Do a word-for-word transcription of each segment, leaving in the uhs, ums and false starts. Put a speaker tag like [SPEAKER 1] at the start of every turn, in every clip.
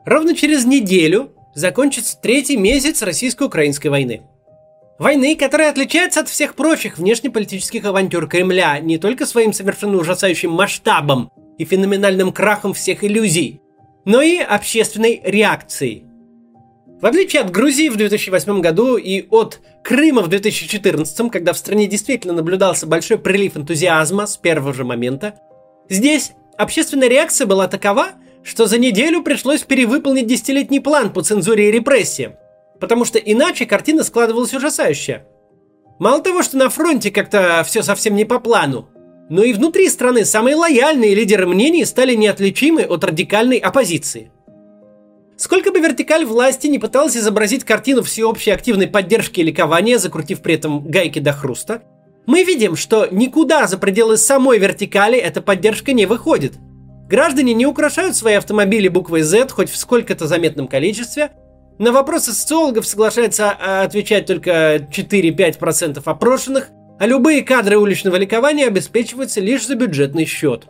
[SPEAKER 1] Ровно через неделю закончится третий месяц российско-украинской войны. Войны, которая отличается от всех прочих внешнеполитических авантюр Кремля не только своим совершенно ужасающим масштабом и феноменальным крахом всех иллюзий, но и общественной реакцией. В отличие от Грузии в две тысячи восьмом году и от Крыма в две тысячи четырнадцатом, когда в стране действительно наблюдался большой прилив энтузиазма с первого же момента, здесь общественная реакция была такова, что за неделю пришлось перевыполнить десятилетний план по цензуре и репрессиям, потому что иначе картина складывалась ужасающая. Мало того, что на фронте как-то все совсем не по плану, но и внутри страны самые лояльные лидеры мнений стали неотличимы от радикальной оппозиции. Сколько бы вертикаль власти не пыталась изобразить картину всеобщей активной поддержки и ликования, закрутив при этом гайки до хруста, мы видим, что никуда за пределы самой вертикали эта поддержка не выходит. Граждане не украшают свои автомобили буквой Z хоть в сколько-то заметном количестве. На вопросы социологов соглашается отвечать только четыре-пять процентов опрошенных, а любые кадры уличного ликования обеспечиваются лишь за бюджетный счет.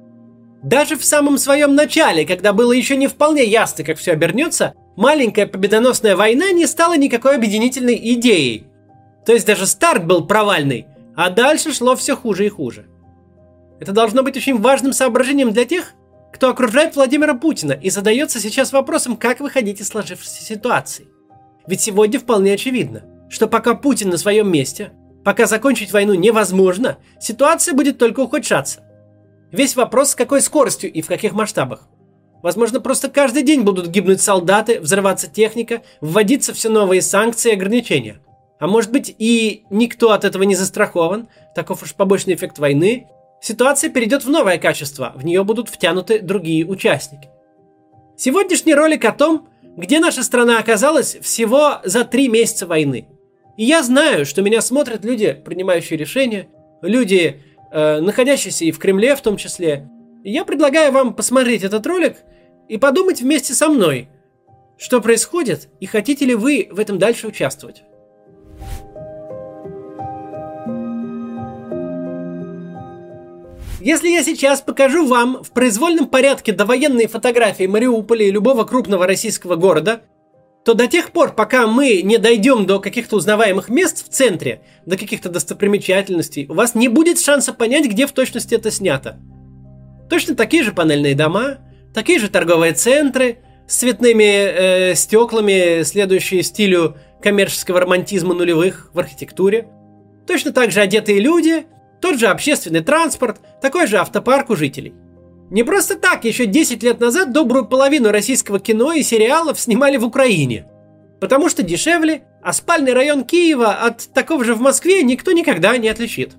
[SPEAKER 1] Даже в самом своем начале, когда было еще не вполне ясно, как все обернется, маленькая победоносная война не стала никакой объединительной идеей. То есть даже старт был провальный, а дальше шло все хуже и хуже. Это должно быть очень важным соображением для тех, кто окружает Владимира Путина и задается сейчас вопросом, как выходить из сложившейся ситуации. Ведь сегодня вполне очевидно, что пока Путин на своем месте, пока закончить войну невозможно, ситуация будет только ухудшаться. Весь вопрос, с какой скоростью и в каких масштабах. Возможно, просто каждый день будут гибнуть солдаты, взрываться техника, вводиться все новые санкции и ограничения. А может быть и никто от этого не застрахован, таков уж побочный эффект войны. Ситуация перейдет в новое качество, в нее будут втянуты другие участники. Сегодняшний ролик о том, где наша страна оказалась всего за три месяца войны. И я знаю, что меня смотрят люди, принимающие решения, люди, э, находящиеся и в Кремле в том числе. И я предлагаю вам посмотреть этот ролик и подумать вместе со мной, что происходит и хотите ли вы в этом дальше участвовать. Если я сейчас покажу вам в произвольном порядке довоенные фотографии Мариуполя и любого крупного российского города, то до тех пор, пока мы не дойдем до каких-то узнаваемых мест в центре, до каких-то достопримечательностей, у вас не будет шанса понять, где в точности это снято. Точно такие же панельные дома, такие же торговые центры с цветными э, стеклами, следующие стилю коммерческого романтизма нулевых в архитектуре. Точно так же одетые люди, тот же общественный транспорт, такой же автопарк у жителей. Не просто так еще десять лет назад добрую половину российского кино и сериалов снимали в Украине. Потому что дешевле, а спальный район Киева от такого же в Москве никто никогда не отличит.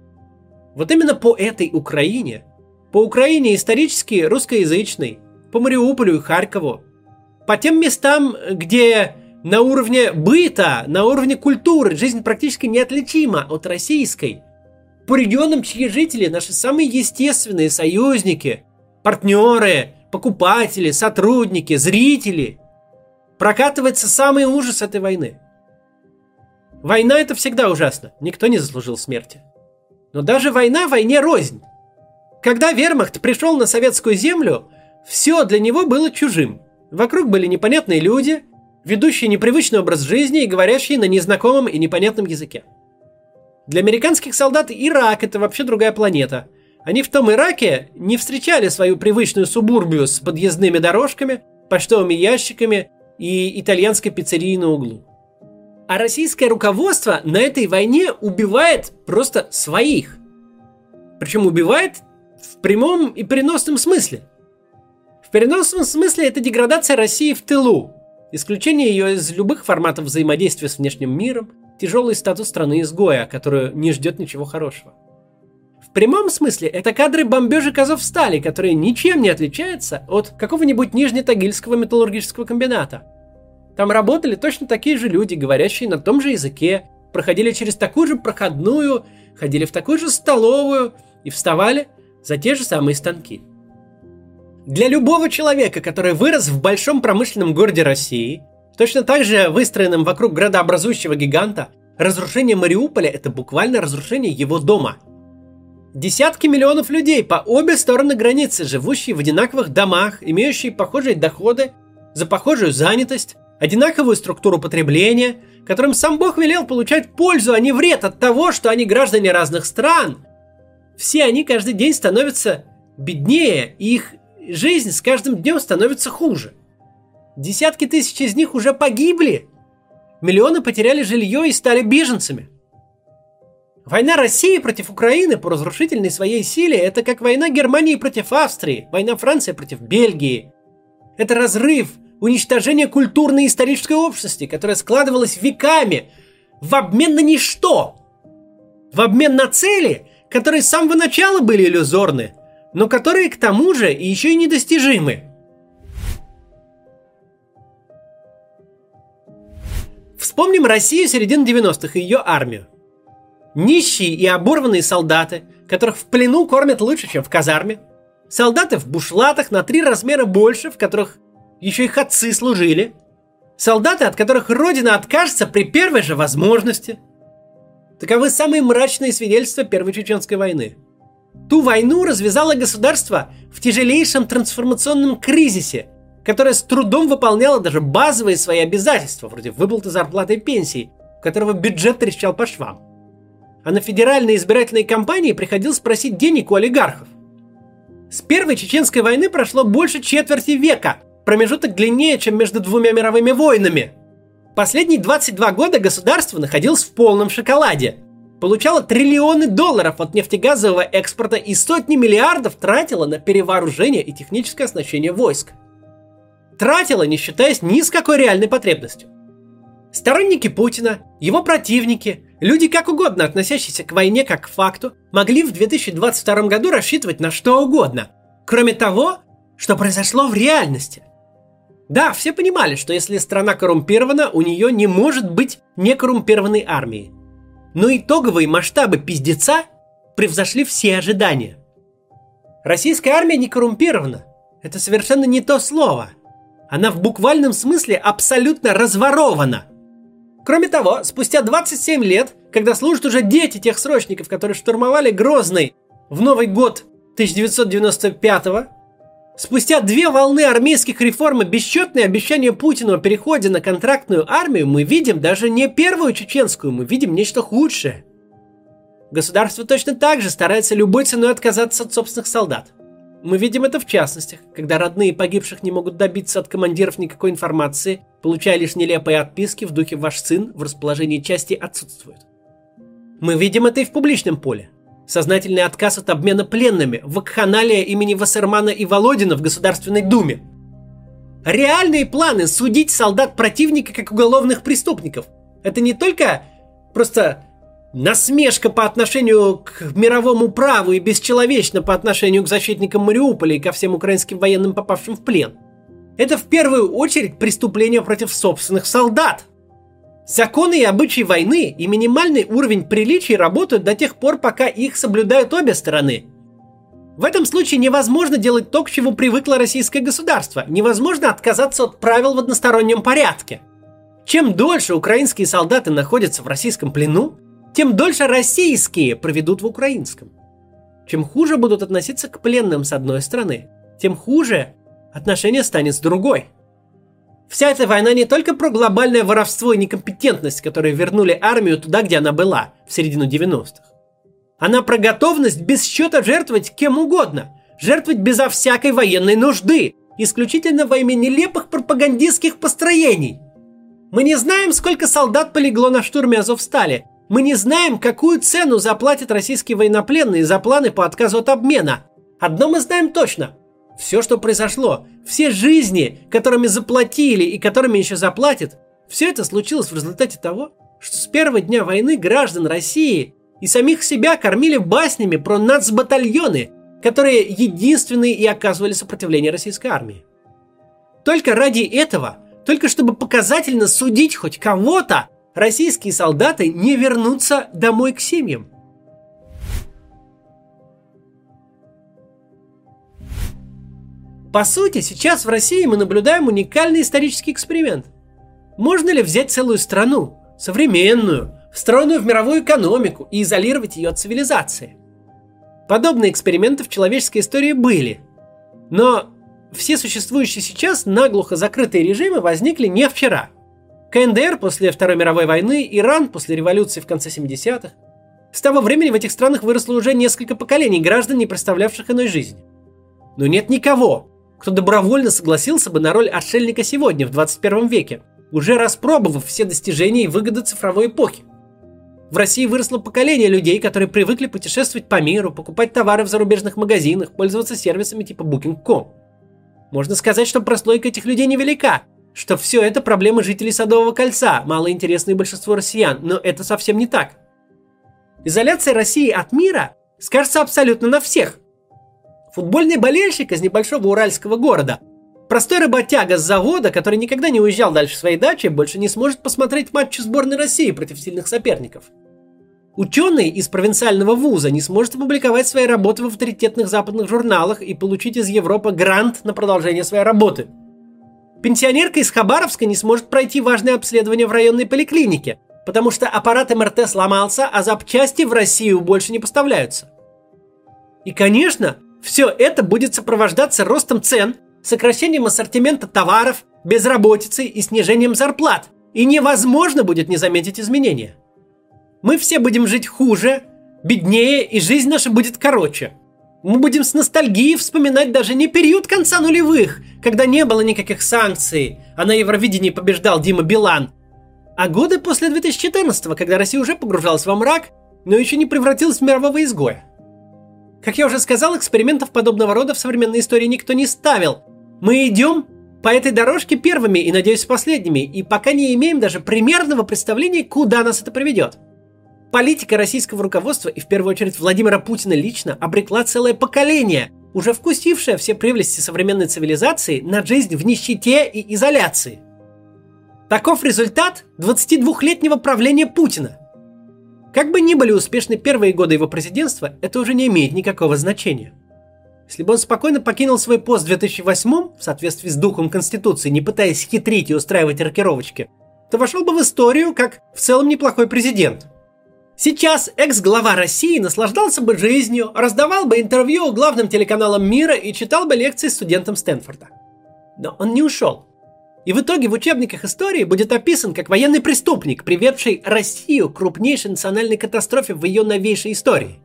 [SPEAKER 1] Вот именно по этой Украине, по Украине исторически русскоязычной, по Мариуполю и Харькову, по тем местам, где на уровне быта, на уровне культуры жизнь практически неотличима от российской, по регионам, чьи жители наши самые естественные союзники, партнеры, покупатели, сотрудники, зрители, прокатывается самый ужас этой войны. Война — это всегда ужасно, никто не заслужил смерти. Но даже война войне рознь. Когда вермахт пришел на советскую землю, все для него было чужим. Вокруг были непонятные люди, ведущие непривычный образ жизни и говорящие на незнакомом и непонятном языке. Для американских солдат Ирак — это вообще другая планета. Они в том Ираке не встречали свою привычную субурбию с подъездными дорожками, почтовыми ящиками и итальянской пиццерией на углу. А российское руководство на этой войне убивает просто своих. Причем убивает в прямом и переносном смысле. В переносном смысле это деградация России в тылу, исключение ее из любых форматов взаимодействия с внешним миром, тяжелый статус страны-изгоя, которую не ждет ничего хорошего. В прямом смысле это кадры бомбежек Азовстали, которые ничем не отличаются от какого-нибудь Нижнетагильского металлургического комбината. Там работали точно такие же люди, говорящие на том же языке, проходили через такую же проходную, ходили в такую же столовую и вставали за те же самые станки. Для любого человека, который вырос в большом промышленном городе России, точно так же выстроенным вокруг градообразующего гиганта, разрушение Мариуполя — это буквально разрушение его дома. Десятки миллионов людей по обе стороны границы, живущие в одинаковых домах, имеющие похожие доходы, за похожую занятость, одинаковую структуру потребления, которым сам Бог велел получать пользу, а не вред от того, что они граждане разных стран. Все они каждый день становятся беднее, и их жизнь с каждым днем становится хуже. Десятки тысяч из них уже погибли. Миллионы потеряли жилье и стали беженцами. Война России против Украины по разрушительной своей силе – это как война Германии против Австрии, война Франции против Бельгии. Это разрыв, уничтожение культурной и исторической общности, которая складывалась веками в обмен на ничто. В обмен на цели, которые с самого начала были иллюзорны, но которые к тому же еще и недостижимы. Вспомним Россию середины девяностых и ее армию. Нищие и оборванные солдаты, которых в плену кормят лучше, чем в казарме. Солдаты в бушлатах на три размера больше, в которых еще их отцы служили. Солдаты, от которых Родина откажется при первой же возможности. Таковы самые мрачные свидетельства Первой Чеченской войны. Ту войну развязало государство в тяжелейшем трансформационном кризисе, которое с трудом выполняло даже базовые свои обязательства, вроде выплаты зарплаты и пенсий, у которого бюджет трещал по швам. А на федеральные избирательные кампании приходилось просить денег у олигархов. С Первой Чеченской войны прошло больше четверти века, промежуток длиннее, чем между двумя мировыми войнами. Последние двадцать два года государство находилось в полном шоколаде. Получало триллионы долларов от нефтегазового экспорта и сотни миллиардов тратило на перевооружение и техническое оснащение войск. Тратило, не считаясь ни с какой реальной потребностью. Сторонники Путина, его противники, люди как угодно относящиеся к войне как к факту, могли в две тысячи двадцать втором году рассчитывать на что угодно, кроме того, что произошло в реальности. Да, все понимали, что если страна коррумпирована, у нее не может быть некоррумпированной армии. Но итоговые масштабы пиздеца превзошли все ожидания. Российская армия не коррумпирована. Это совершенно не то слово. Она в буквальном смысле абсолютно разворована. Кроме того, спустя двадцать семь лет, когда служат уже дети тех срочников, которые штурмовали Грозный в Новый год тысяча девятьсот девяносто пятого, спустя две волны армейских реформ и бесчетные обещания Путину о переходе на контрактную армию, мы видим даже не первую чеченскую, мы видим нечто худшее. Государство точно так же старается любой ценой отказаться от собственных солдат. Мы видим это в частностях, когда родные погибших не могут добиться от командиров никакой информации, получая лишь нелепые отписки в духе «Ваш сын в расположении части отсутствует». Мы видим это и в публичном поле. Сознательный отказ от обмена пленными, вакханалия имени Вассермана и Володина в Государственной Думе. Реальные планы судить солдат противника как уголовных преступников. Это не только просто насмешка по отношению к мировому праву и бесчеловечно по отношению к защитникам Мариуполя и ко всем украинским военным, попавшим в плен. Это в первую очередь преступление против собственных солдат. Законы и обычаи войны и минимальный уровень приличий работают до тех пор, пока их соблюдают обе стороны. В этом случае невозможно делать то, к чему привыкло российское государство. Невозможно отказаться от правил в одностороннем порядке. Чем дольше украинские солдаты находятся в российском плену, тем дольше российские проведут в украинском. Чем хуже будут относиться к пленным с одной стороны, тем хуже отношение станет с другой. Вся эта война не только про глобальное воровство и некомпетентность, которые вернули армию туда, где она была, в середину девяностых. Она про готовность без счета жертвовать кем угодно, жертвовать безо всякой военной нужды, исключительно во имя нелепых пропагандистских построений. Мы не знаем, сколько солдат полегло на штурме Азовстали. Мы не знаем, какую цену заплатят российские военнопленные за планы по отказу от обмена. Одно мы знаем точно. Все, что произошло, все жизни, которыми заплатили и которыми еще заплатят, все это случилось в результате того, что с первого дня войны граждан России и самих себя кормили баснями про нацбатальоны, которые единственные и оказывали сопротивление российской армии. Только ради этого, только чтобы показательно судить хоть кого-то, российские солдаты не вернутся домой к семьям. По сути, сейчас в России мы наблюдаем уникальный исторический эксперимент. Можно ли взять целую страну, современную, встроенную в мировую экономику, и изолировать ее от цивилизации? Подобные эксперименты в человеческой истории были. Но все существующие сейчас наглухо закрытые режимы возникли не вчера. КНДР после Второй мировой войны, Иран после революции в конце семидесятых. С того времени в этих странах выросло уже несколько поколений граждан, не представлявших иной жизни. Но нет никого, кто добровольно согласился бы на роль отшельника сегодня, в двадцать первом веке, уже распробовав все достижения и выгоды цифровой эпохи. В России выросло поколение людей, которые привыкли путешествовать по миру, покупать товары в зарубежных магазинах, пользоваться сервисами типа букинг точка ком. Можно сказать, что прослойка этих людей невелика, что все это проблемы жителей Садового кольца, малоинтересные большинству россиян, но это совсем не так. Изоляция России от мира скажется абсолютно на всех. Футбольный болельщик из небольшого уральского города, простой работяга с завода, который никогда не уезжал дальше своей дачи, больше не сможет посмотреть матчи сборной России против сильных соперников. Ученый из провинциального вуза не сможет опубликовать свои работы в авторитетных западных журналах и получить из Европы грант на продолжение своей работы. Пенсионерка из Хабаровска не сможет пройти важное обследование в районной поликлинике, потому что аппарат эм эр тэ сломался, а запчасти в Россию больше не поставляются. И, конечно, все это будет сопровождаться ростом цен, сокращением ассортимента товаров, безработицей и снижением зарплат. И невозможно будет не заметить изменения. Мы все будем жить хуже, беднее, и жизнь наша будет короче. Мы будем с ностальгией вспоминать даже не период конца нулевых, когда не было никаких санкций, а на Евровидении побеждал Дима Билан, а годы после две тысячи четырнадцатого, когда Россия уже погружалась во мрак, но еще не превратилась в мирового изгоя. Как я уже сказал, экспериментов подобного рода в современной истории никто не ставил. Мы идем по этой дорожке первыми и, надеюсь, последними, и пока не имеем даже примерного представления, куда нас это приведет. Политика российского руководства, и в первую очередь Владимира Путина лично, обрекла целое поколение, уже вкусившее все прелести современной цивилизации, на жизнь в нищете и изоляции. Таков результат двадцатидвухлетнего правления Путина. Как бы ни были успешны первые годы его президентства, это уже не имеет никакого значения. Если бы он спокойно покинул свой пост в две тысячи восьмом, в соответствии с духом Конституции, не пытаясь хитрить и устраивать рокировочки, то вошел бы в историю как в целом неплохой президент. Сейчас экс-глава России наслаждался бы жизнью, раздавал бы интервью главным телеканалам мира и читал бы лекции студентам Стэнфорда. Но он не ушел. И в итоге в учебниках истории будет описан как военный преступник, приведший Россию к крупнейшей национальной катастрофе в ее новейшей истории.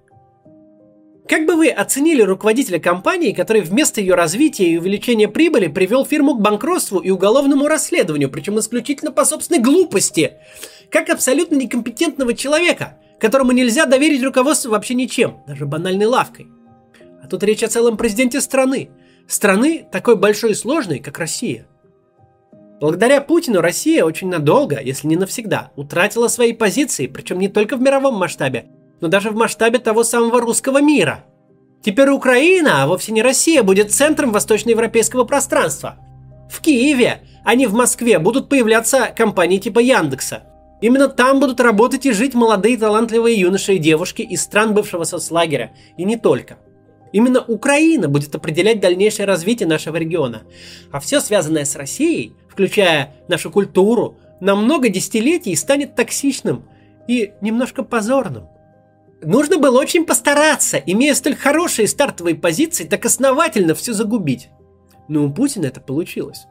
[SPEAKER 1] Как бы вы оценили руководителя компании, который вместо ее развития и увеличения прибыли привел фирму к банкротству и уголовному расследованию, причем исключительно по собственной глупости, как абсолютно некомпетентного человека, которому нельзя доверить руководство вообще ничем, даже банальной лавкой. А тут речь о целом президенте страны. Страны такой большой и сложной, как Россия. Благодаря Путину Россия очень надолго, если не навсегда, утратила свои позиции, причем не только в мировом масштабе, но даже в масштабе того самого русского мира. Теперь Украина, а вовсе не Россия, будет центром восточноевропейского пространства. В Киеве, а не в Москве, будут появляться компании типа Яндекса. Именно там будут работать и жить молодые талантливые юноши и девушки из стран бывшего соцлагеря, и не только. Именно Украина будет определять дальнейшее развитие нашего региона. А все связанное с Россией, включая нашу культуру, на много десятилетий станет токсичным и немножко позорным. Нужно было очень постараться, имея столь хорошие стартовые позиции, так основательно все загубить. Но у Путина это получилось.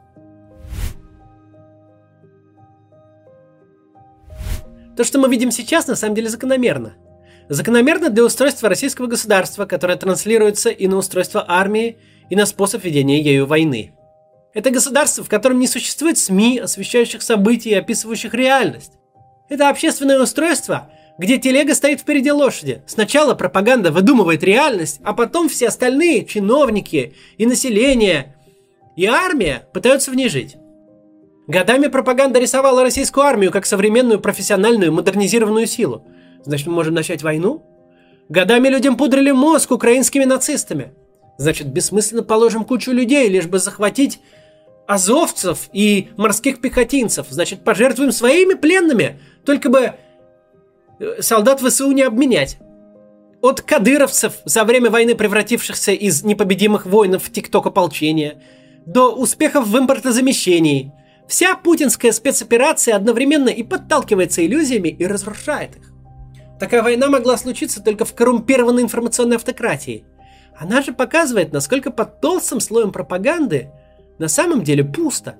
[SPEAKER 1] То, что мы видим сейчас, на самом деле закономерно. Закономерно для устройства российского государства, которое транслируется и на устройство армии, и на способ ведения ею войны. Это государство, в котором не существует СМИ, освещающих события и описывающих реальность. Это общественное устройство, где телега стоит впереди лошади. Сначала пропаганда выдумывает реальность, а потом все остальные, чиновники и население, и армия пытаются в ней жить. Годами пропаганда рисовала российскую армию как современную, профессиональную, модернизированную силу. Значит, мы можем начать войну? Годами людям пудрили мозг украинскими нацистами. Значит, бессмысленно положим кучу людей, лишь бы захватить азовцев и морских пехотинцев. Значит, пожертвуем своими пленными, только бы солдат ВСУ не обменять. От кадыровцев, за время войны превратившихся из непобедимых воинов в тикток-ополчение, до успехов в импортозамещении. Вся путинская спецоперация одновременно и подталкивается иллюзиями, и разрушает их. Такая война могла случиться только в коррумпированной информационной автократии. Она же показывает, насколько под толстым слоем пропаганды на самом деле пусто.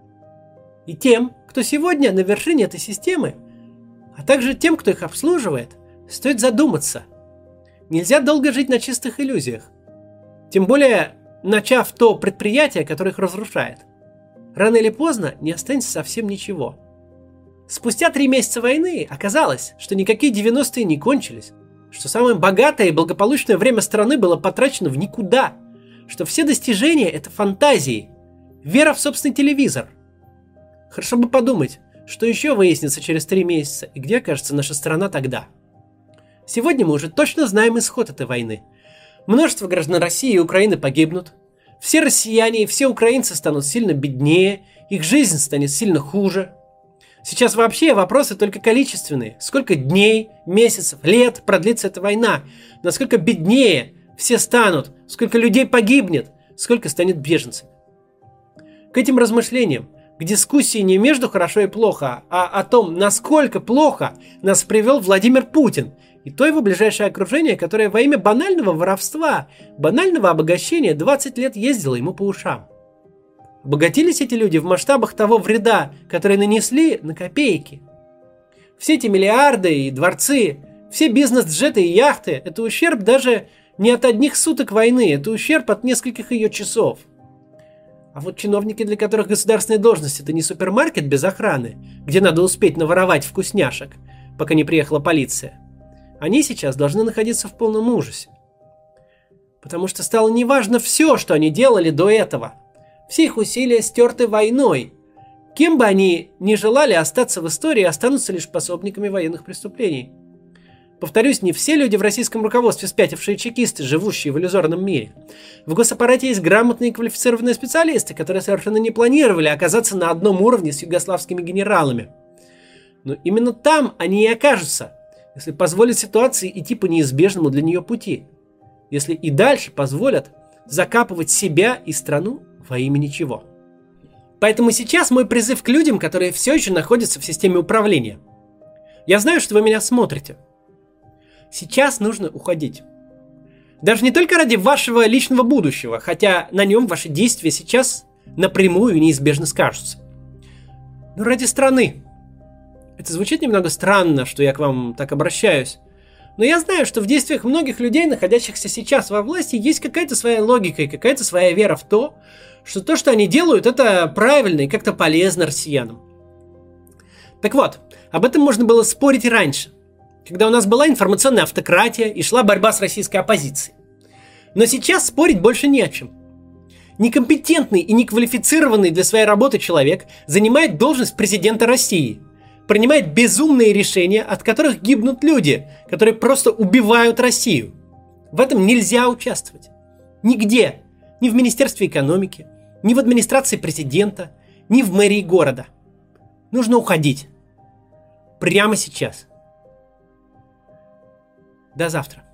[SPEAKER 1] И тем, кто сегодня на вершине этой системы, а также тем, кто их обслуживает, стоит задуматься. Нельзя долго жить на чистых иллюзиях. Тем более, начав то предприятие, которое их разрушает. Рано или поздно не останется совсем ничего. Спустя три месяца войны оказалось, что никакие девяностые не кончились, что самое богатое и благополучное время страны было потрачено в никуда, что все достижения – это фантазии, вера в собственный телевизор. Хорошо бы подумать, что еще выяснится через три месяца и где окажется наша страна тогда. Сегодня мы уже точно знаем исход этой войны. Множество граждан России и Украины погибнут. Все россияне и все украинцы станут сильно беднее, их жизнь станет сильно хуже. Сейчас вообще вопросы только количественные. Сколько дней, месяцев, лет продлится эта война? Насколько беднее все станут? Сколько людей погибнет? Сколько станет беженцами? К этим размышлениям, к дискуссии не между хорошо и плохо, а о том, насколько плохо, нас привел Владимир Путин и то его ближайшее окружение, которое во имя банального воровства, банального обогащения двадцать лет ездило ему по ушам. Обогатились эти люди в масштабах того вреда, который нанесли, на копейки. Все эти миллиарды и дворцы, все бизнес-джеты и яхты – это ущерб даже не от одних суток войны, это ущерб от нескольких ее часов. А вот чиновники, для которых государственная должность – это не супермаркет без охраны, где надо успеть наворовать вкусняшек, пока не приехала полиция, они сейчас должны находиться в полном ужасе. Потому что стало неважно все, что они делали до этого. Все их усилия стерты войной. Кем бы они ни желали остаться в истории, останутся лишь пособниками военных преступлений. Повторюсь, не все люди в российском руководстве спятившие чекисты, живущие в иллюзорном мире. В госаппарате есть грамотные и квалифицированные специалисты, которые совершенно не планировали оказаться на одном уровне с югославскими генералами. Но именно там они и окажутся, если позволят ситуации идти по неизбежному для нее пути. Если и дальше позволят закапывать себя и страну во имя ничего. Поэтому сейчас мой призыв к людям, которые все еще находятся в системе управления. Я знаю, что вы меня смотрите. Сейчас нужно уходить. Даже не только ради вашего личного будущего, хотя на нем ваши действия сейчас напрямую и неизбежно скажутся. Но ради страны. Это звучит немного странно, что я к вам так обращаюсь. Но я знаю, что в действиях многих людей, находящихся сейчас во власти, есть какая-то своя логика и какая-то своя вера в то, что то, что они делают, это правильно и как-то полезно россиянам. Так вот, об этом можно было спорить и раньше, когда у нас была информационная автократия и шла борьба с российской оппозицией. Но сейчас спорить больше не о чем. Некомпетентный и неквалифицированный для своей работы человек занимает должность президента России, принимает безумные решения, от которых гибнут люди, которые просто убивают Россию. В этом нельзя участвовать. Нигде. Ни в Министерстве экономики, ни в администрации президента, ни в мэрии города. Нужно уходить. Прямо сейчас. До завтра.